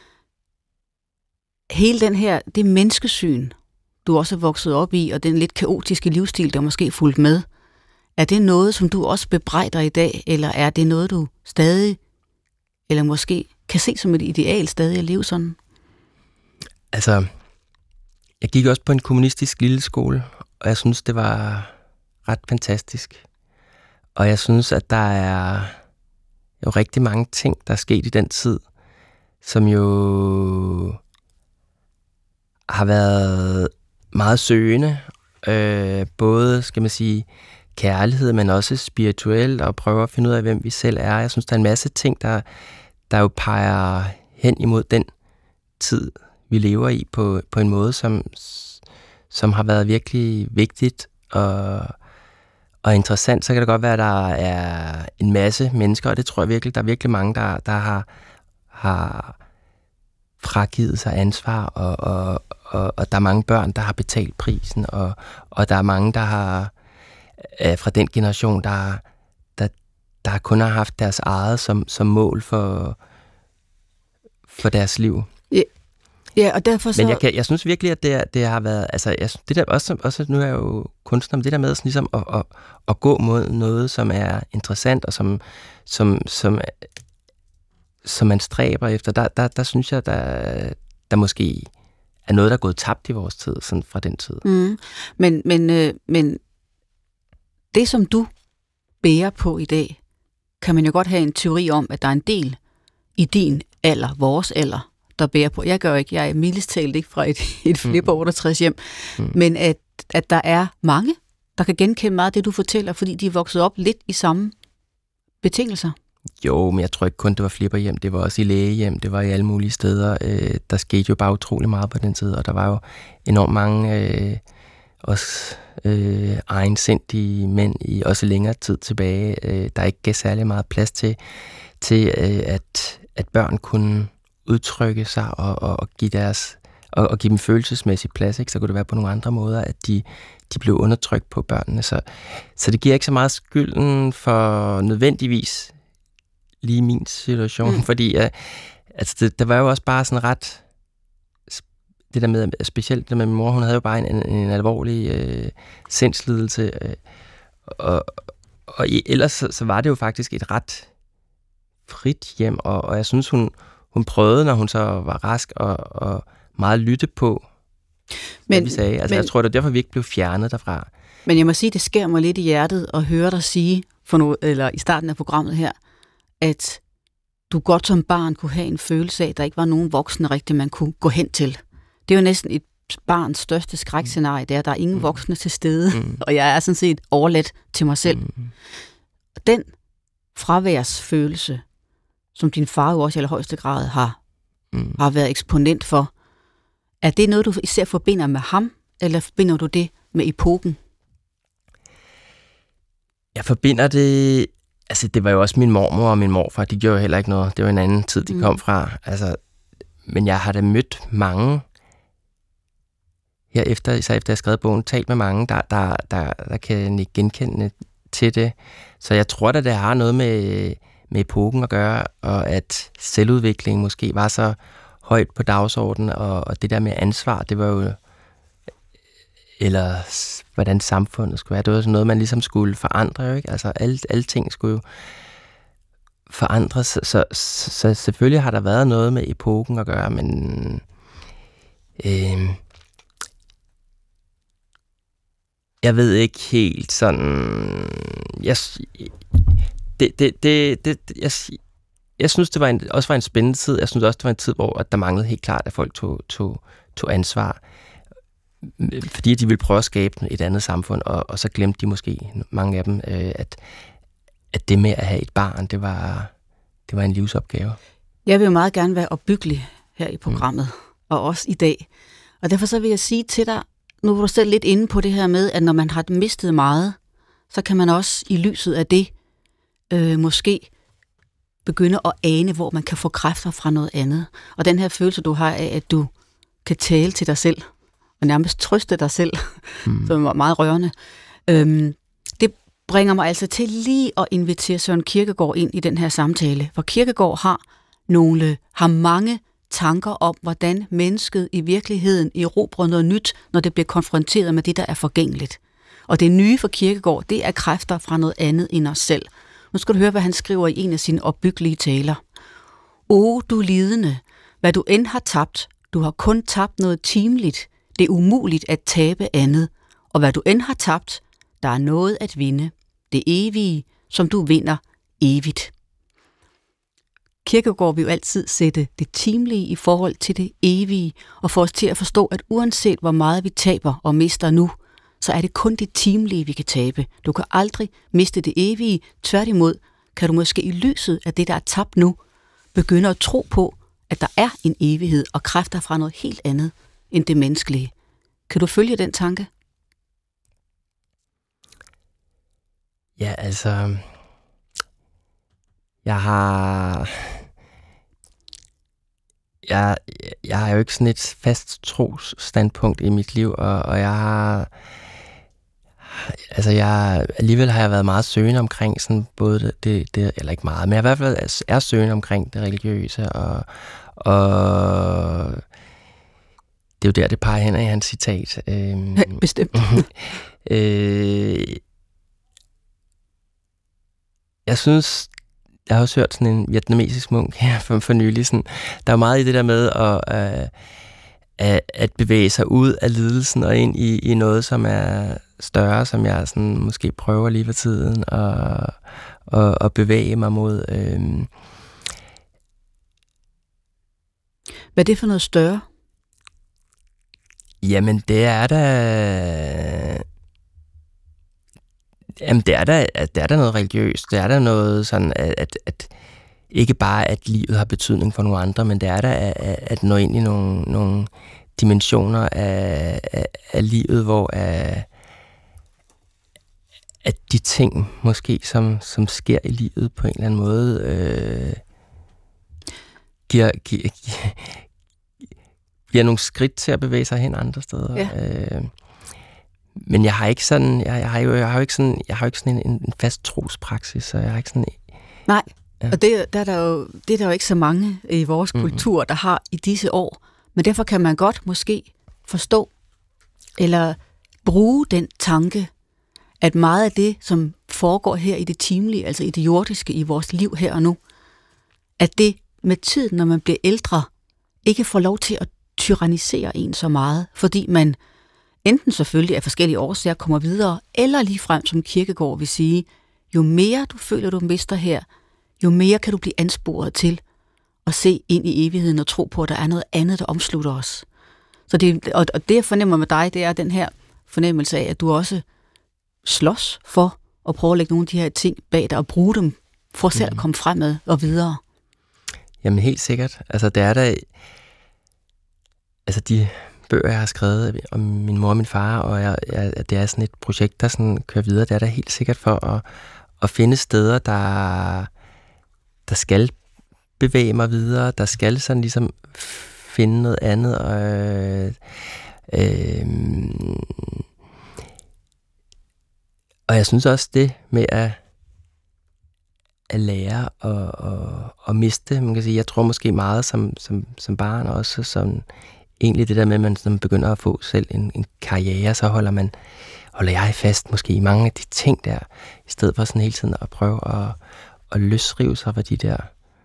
Hele den her, det menneskesyn, du også er vokset op i, og den lidt kaotiske livsstil, der måske fulgt med, er det noget, som du også bebrejder i dag, eller er det noget, du stadig, eller måske kan se som et ideal stadig at leve sådan? Altså, jeg gik også på en kommunistisk lille skole, og jeg synes, det var ret fantastisk. Og jeg synes, at der er jo rigtig mange ting, der er sket i den tid, som jo har været meget søgende. Både, skal man sige, kærlighed, men også spirituelt, og prøve at finde ud af, hvem vi selv er. Jeg synes, der er en masse ting, der jo peger hen imod den tid, vi lever i, på en måde, som har været virkelig vigtigt og interessant. Så kan det godt være, at der er en masse mennesker, og det tror jeg virkelig, der er virkelig mange, der har fragivet sig ansvar, og der er mange børn, der har betalt prisen, og der er mange, der har fra den generation, der kun har haft deres eget som mål for deres liv. Ja, og derfor så... Men jeg synes virkelig, at det har været, altså det der også nu er jeg jo kunstner, men det der med sådan ligesom at gå mod noget, som er interessant, og som man stræber efter, der synes jeg, der måske er noget, der er gået tabt i vores tid, sådan fra den tid. Men det, som du bærer på i dag, kan man jo godt have en teori om, at der er en del i din alder, vores alder, der bærer på. Jeg gør ikke, jeg er mildest talt ikke fra et flipper 68 hjem, men at der er mange, der kan genkende meget af det, du fortæller, fordi de er vokset op lidt i samme betingelser. Jo, men jeg tror ikke kun, det var flipperhjem, det var også i lægehjem, det var i alle mulige steder. Der skete jo bare utrolig meget på den tid, og der var jo enormt mange også egensindige mænd i også længere tid tilbage, der ikke gav særlig meget plads til at børn kunne udtrykke sig og give dem følelsesmæssig plads, ikke? Så kunne det være på nogle andre måder, at de blev undertrykt på børnene. Så det giver ikke så meget skylden for nødvendigvis lige min situation, fordi altså der var jo også bare sådan ret, det der med, specielt det der med min mor, hun havde jo bare en alvorlig sindslidelse, og ellers så var det jo faktisk et ret frit hjem, og jeg synes, hun prøvede, når hun så var rask, og meget lytte på, hvad vi sagde. Altså, jeg tror, det er derfor, vi ikke blev fjernet derfra. Men jeg må sige, det skærer mig lidt i hjertet at høre dig sige, eller i starten af programmet her, at du godt som barn kunne have en følelse af, at der ikke var nogen voksne rigtigt, man kunne gå hen til. Det er jo næsten et barns største skrækscenarie, det er, at der er ingen voksne til stede, og jeg er sådan set overladt til mig selv. Den fraværsfølelse, som din far jo også i allerhøjeste grad har været eksponent for, er det noget, du især forbinder med ham, eller forbinder du det med epoken? Jeg forbinder det... Altså, det var jo også min mormor og min morfar. De gjorde jo heller ikke noget. Det var en anden tid, de kom fra. Altså, men jeg har da mødt mange... Især efter jeg skrev bogen, talt med mange, der kan ikke genkende til det. Så jeg tror, at det har noget med epoken at gøre, og at selvudvikling måske var så højt på dagsordenen, og det der med ansvar, det var jo... Eller hvordan samfundet skulle være. Det var sådan noget, man ligesom skulle forandre, jo, ikke? Altså, alle ting skulle jo forandres. Så selvfølgelig har der været noget med epoken at gøre, men... Jeg ved ikke helt sådan... Jeg synes, det var også var en spændende tid. Jeg synes også, det var en tid, hvor der manglede helt klart, at folk tog ansvar. Fordi de ville prøve at skabe et andet samfund, og så glemte de måske, mange af dem, at det med at have et barn, det var en livsopgave. Jeg vil jo meget gerne være opbyggelig her i programmet, og også i dag. Og derfor så vil jeg sige til dig, nu er du selv lidt inde på det her med, at når man har mistet meget, så kan man også i lyset af det måske begynde at ane, hvor man kan få kræfter fra noget andet. Og den her følelse, du har af, at du kan tale til dig selv, og nærmest trøste dig selv, som var meget rørende, det bringer mig altså til lige at invitere Søren Kierkegaard ind i den her samtale. For Kierkegaard har mange tanker om, hvordan mennesket i virkeligheden erobrer noget nyt, når det bliver konfronteret med det, der er forgængeligt. Og det nye for Kierkegaard, det er kræfter fra noget andet end os selv. Nu skal du høre, hvad han skriver i en af sine opbyggelige taler. O, du lidende, hvad du end har tabt, du har kun tabt noget timeligt. Det er umuligt at tabe andet. Og hvad du end har tabt, der er noget at vinde. Det evige, som du vinder evigt. Kierkegaard vil jo altid sætte det timelige i forhold til det evige, og få os til at forstå, at uanset hvor meget vi taber og mister nu, så er det kun det timelige, vi kan tabe. Du kan aldrig miste det evige. Tværtimod kan du måske i lyset af det, der er tabt nu, begynde at tro på, at der er en evighed og kræfter fra noget helt andet end det menneskelige. Kan du følge den tanke? Ja, altså... Jeg har jo ikke sådan et fast trosstandpunkt i mit liv, og alligevel har jeg været meget søgende omkring sådan både det eller ikke meget, men jeg i hvert fald er søgende omkring det religiøse, og det er jo der, det peger hen i hans citat. Bestemt. Jeg synes, jeg har også hørt sådan en vietnamesisk munk her for nylig. Sådan, der er meget i det der med at bevæge sig ud af lidelsen og ind i noget, som er større, som jeg sådan måske prøver lige for tiden og bevæge mig mod. Hvad er det for noget større? Jamen, det er da... Jamen, det er der noget religiøst. Det er der noget sådan, at ikke bare, at livet har betydning for nogle andre, men det er der at nå ind i nogle dimensioner af livet, hvor at de ting, måske, som sker i livet på en eller anden måde, giver nogle skridt til at bevæge sig hen andre steder. Ja. Men jeg har ikke sådan, jeg har jo ikke sådan en fast trospraksis, så jeg har ikke sådan... Nej, ja. Og det er der jo ikke så mange i vores kultur, der har i disse år. Men derfor kan man godt måske forstå, eller bruge den tanke, at meget af det, som foregår her i det timelige, altså i det jordiske, i vores liv her og nu, at det med tiden, når man bliver ældre, ikke får lov til at tyrannisere en så meget, fordi man enten selvfølgelig af forskellige årsager kommer videre, eller ligefrem, som Kierkegaard vil sige, jo mere du føler, du mister her, jo mere kan du blive ansporet til at se ind i evigheden og tro på, at der er noget andet, der omslutter os. Så og det, jeg fornemmer med dig, det er den her fornemmelse af, at du også slås for at prøve at lægge nogle af de her ting bag dig og bruge dem for selv at komme fremad og videre. Jamen helt sikkert. Altså det er der... Altså de bøger, jeg har skrevet om min mor og min far, og det er sådan et projekt, der sådan kører videre. Det er da helt sikkert for at finde steder, der skal bevæge mig videre, der skal sådan ligesom finde noget andet. Og jeg synes også det med at lære og miste, man kan sige, jeg tror måske meget som barn også, som egentlig det der med, at man sådan begynder at få selv en karriere, så holder jeg fast måske i mange af de ting der, i stedet for sådan hele tiden at prøve at løsrive sig fra de der,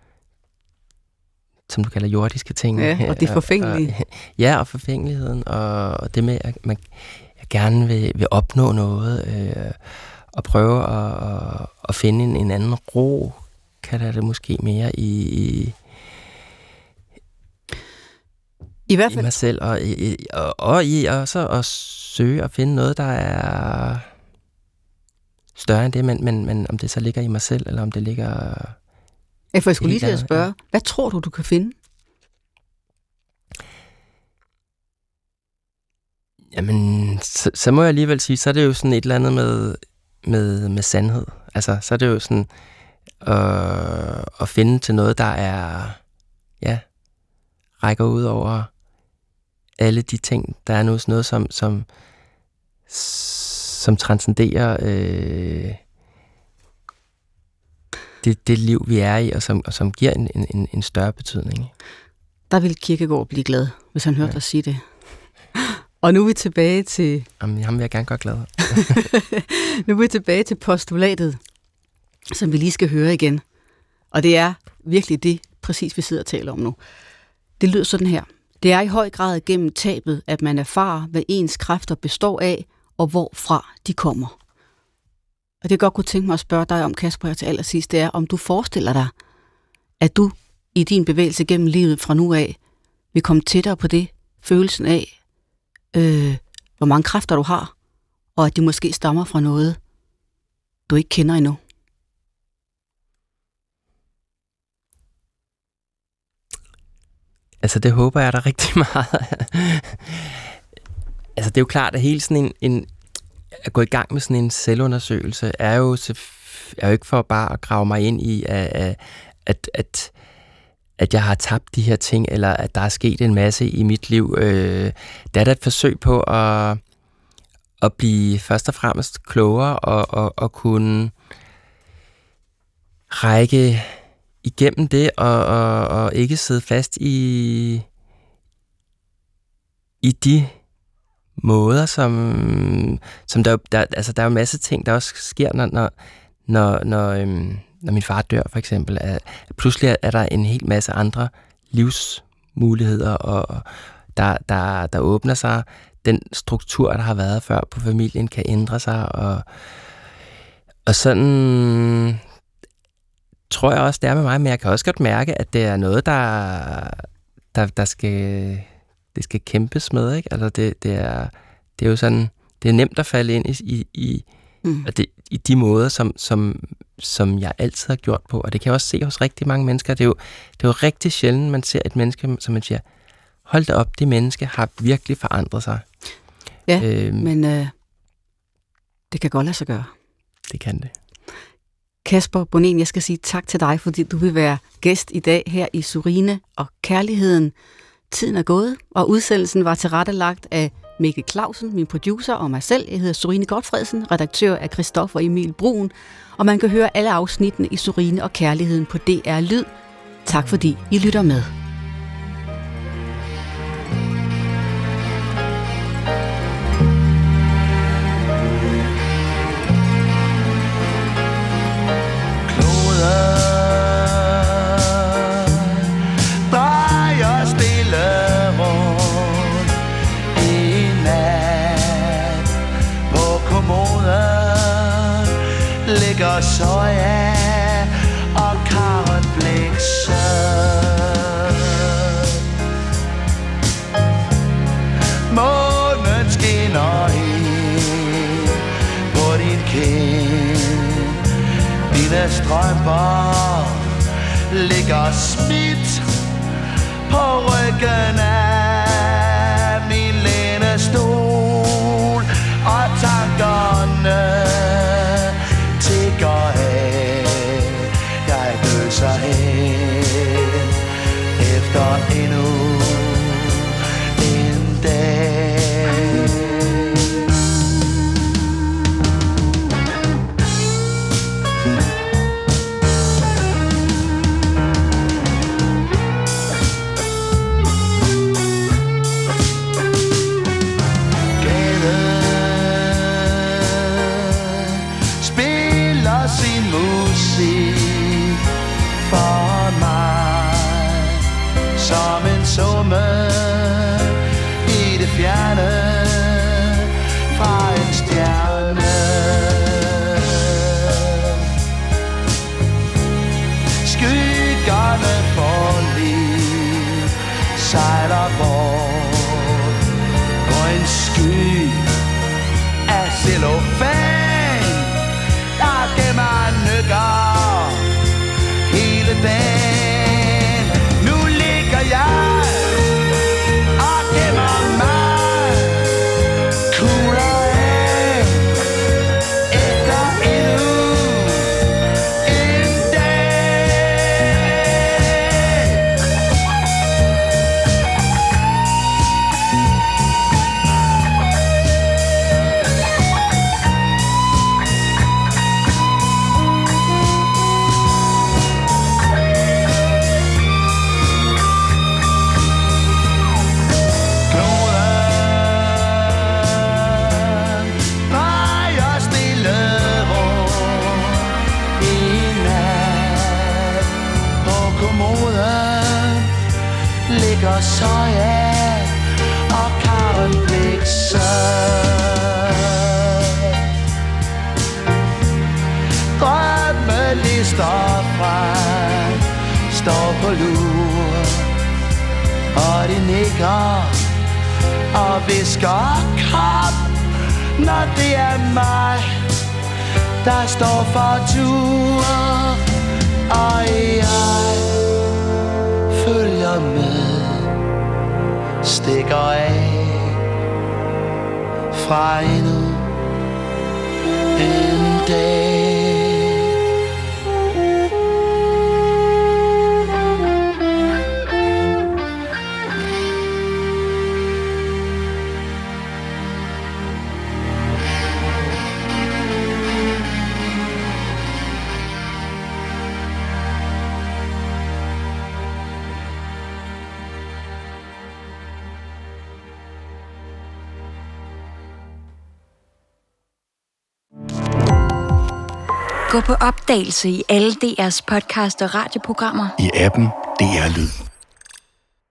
som du kalder jordiske ting. Ja, og det forfængelige. Ja, og forfængeligheden, og det med, at jeg gerne vil opnå noget, og prøve at finde en anden ro, kalder det måske mere i hvert fald i mig selv, og i også at søge at finde noget, der er større end det, men om det så ligger i mig selv, eller om det ligger... Jeg skulle lige til at spørge, hvad tror du kan finde? Jamen, så må jeg alligevel sige, så er det jo sådan et eller andet med sandhed. Altså, så er det jo sådan at finde til noget, der er, ja, rækker ud over alle de ting. Der er noget som transcenderer det liv, vi er i, og som giver en større betydning. Der vil Kierkegaard blive glad, hvis han hørte dig sige det. Og nu er vi tilbage til... Jamen, ham vil jeg gerne godt glad. Nu er vi tilbage til postulatet, som vi lige skal høre igen. Og det er virkelig det, præcis vi sidder og taler om nu. Det lyder sådan her. Det er i høj grad gennem tabet, at man erfarer, hvad ens kræfter består af, og hvorfra de kommer. Og det jeg godt kunne tænke mig at spørge dig om, Kasper, til allersidst, det er, om du forestiller dig, at du i din bevægelse gennem livet fra nu af, vil komme tættere på det, følelsen af, hvor mange kræfter du har, og at de måske stammer fra noget, du ikke kender endnu. Altså, det håber jeg da rigtig meget. Altså, det er jo klart, at hele sådan at gå i gang med sådan en selvundersøgelse, er jo ikke for bare at grave mig ind i, at jeg har tabt de her ting, eller at der er sket en masse i mit liv. Det er da et forsøg på at blive først og fremmest klogere, og kunne række igennem det, og ikke sidde fast i de måder, som der er jo en masse ting, der også sker, når min far dør, for eksempel. Pludselig er der en hel masse andre livsmuligheder, og der åbner sig. Den struktur, der har været før på familien, kan ændre sig, og sådan tror jeg også, det er med mig, men jeg kan også godt mærke, at det er noget, der skal kæmpes med, ikke? Altså det er jo sådan, det er nemt at falde ind i de måder, som jeg altid har gjort på, og det kan jeg også se hos rigtig mange mennesker. Det er jo rigtig sjældent, man ser et menneske, som man siger, hold da op, det menneske har virkelig forandret sig. Ja, men det kan godt lade sig gøre. Det kan det. Kasper Bonén, jeg skal sige tak til dig, fordi du vil være gæst i dag her i Surine og Kærligheden. Tiden er gået, og udsendelsen var tilrettelagt af Mikkel Clausen, min producer, og mig selv. Jeg hedder Surine Godtfredsen, redaktør af Christoffer Emil Bruun, og man kan høre alle afsnittene i Surine og Kærligheden på DR Lyd. Tak fordi I lytter med. Soja og karretblikse. Månen skinner ind på din kind. Dine strømper ligger smidt på ryggen af min soja og Karen Blixen. Drømmelister frem, står på lur, og de nikker og visker kom, når det er mig, der står for tur. Og jeg følger med, stikker af fra endnu en dag. Gå på opdagelse i alle DR's podcast og radioprogrammer. I appen DR Lyd.